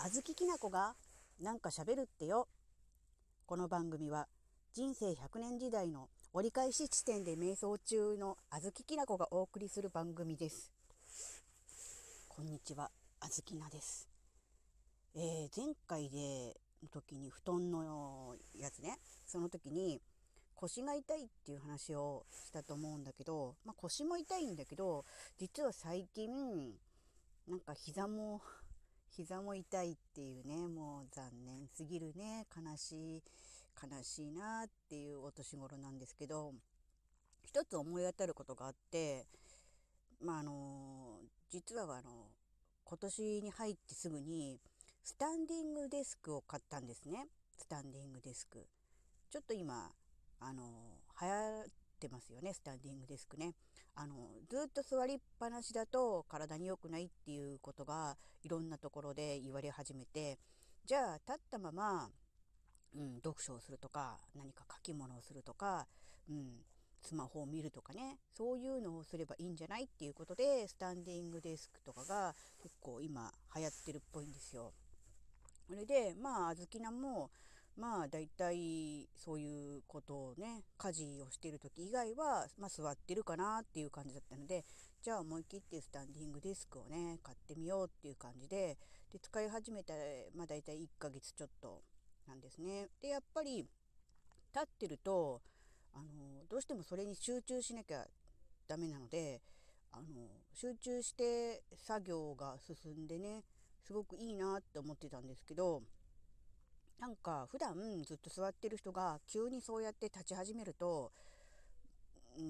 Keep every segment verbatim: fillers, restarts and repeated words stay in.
あずききなこがなんか喋るってよ。この番組は人生ひゃくねん時代の折り返し地点で瞑想中のあずききなこがお送りする番組です。こんにちは、あずきなです。えー、前回での時に布団のやつね、その時に腰が痛いっていう話をしたと思うんだけど、まあ、腰も痛いんだけど、実は最近なんか膝も膝も痛いっていうね、もう残念すぎるね、悲しい悲しいなっていうお年頃なんですけど、一つ思い当たることがあって、まああの実はあの今年に入ってすぐにスタンディングデスクを買ったんですね。スタンディングデスク、ちょっと今あの流行ってますよね、スタンディングデスクね。あのずっと座りっぱなしだと体に良くないっていうことがいろんなところで言われ始めて、じゃあ立ったまま、うん、読書をするとか何か書き物をするとか、うん、スマホを見るとかね、そういうのをすればいいんじゃないっていうことで、スタンディングデスクとかが結構今流行ってるっぽいんですよ。それでまああずきなもまあだいたいそういうことをね、家事をしている時以外は、まあ、座ってるかなっていう感じだったので、じゃあ思い切ってスタンディングデスクをね買ってみようっていう感じで、で使い始めたまあだいたいいっかげつちょっとなんですね。でやっぱり立ってるとあのどうしてもそれに集中しなきゃダメなので、あの集中して作業が進んでね、すごくいいなって思ってたんですけど、なんか普段ずっと座ってる人が急にそうやって立ち始めると、うん、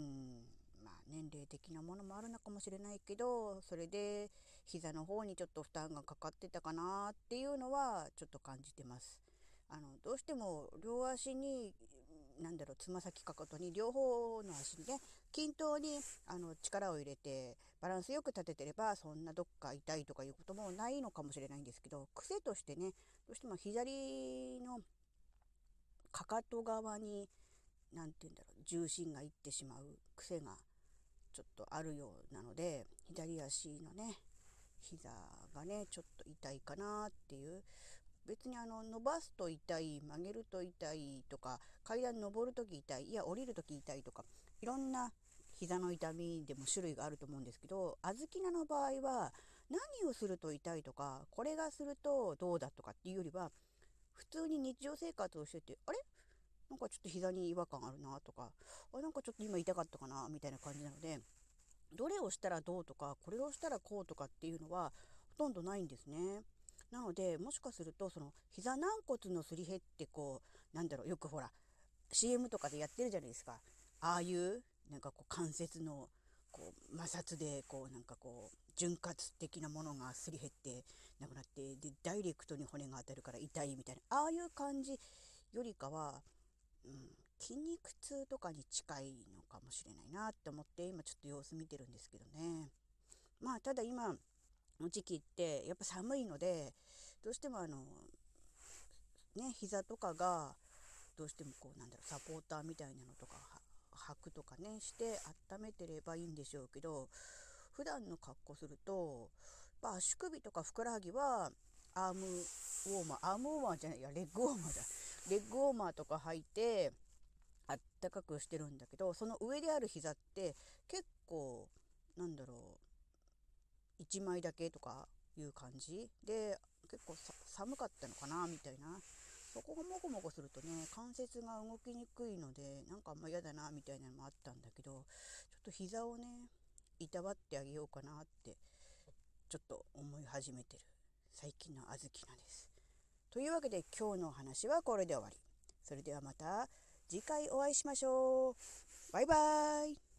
まあ年齢的なものもあるのかもしれないけど、それで膝の方にちょっと負担がかかってたかなっていうのはちょっと感じてます。あのどうしても両足に、なんだろう、つま先かかとに両方の足にね、均等にあの力を入れてバランスよく立ててれば、そんなどっか痛いとかいうこともないのかもしれないんですけど、癖としてね、どうしても左のかかと側に、なんて言うんだろう、重心がいってしまう癖がちょっとあるようなので、左足のね膝がねちょっと痛いかなっていう。別にあの伸ばすと痛い、曲げると痛いとか、階段登るとき痛い、いや降りるとき痛いとか、いろんな膝の痛みでも種類があると思うんですけど、あずきなの場合は何をすると痛いとか、これがするとどうだとかっていうよりは、普通に日常生活をしてて、あれなんかちょっと膝に違和感あるなとか、あ、なんかちょっと今痛かったかなみたいな感じなので、どれをしたらどうとか、これをしたらこうとかっていうのはほとんどないんですね。なので、もしかするとその膝軟骨のすり減って、こうなんだろう、よくほら シーエム とかでやってるじゃないですか。ああいうなんかこう関節のこう摩擦で、こうなんかこう潤滑的なものがすり減ってなくなって、でダイレクトに骨が当たるから痛いみたいな、ああいう感じよりかは、うん、筋肉痛とかに近いのかもしれないなって思って、今ちょっと様子見てるんですけどね。まあただ今の時期ってやっぱ寒いので、どうしてもあのね、膝とかがどうしてもこうなんだろう、サポーターみたいなのとか履くとかねして温めてればいいんでしょうけど、普段の格好するとやっぱ足首とかふくらはぎはアームウォーマーアームウォーマーじゃないやレッグウォーマーだレッグウォーマーとか履いてあったかくしてるんだけど、その上である膝って結構なんだろう、いちまいだけとかいう感じで、結構さ寒かったのかなみたいな。そこがモコモコするとね、関節が動きにくいので、なんかあんま嫌だなみたいなのもあったんだけど、ちょっと膝をねいたわってあげようかなってちょっと思い始めてる最近のあずきなんです。というわけで今日のお話はこれで終わり。それではまた次回お会いしましょう。バイバーイ。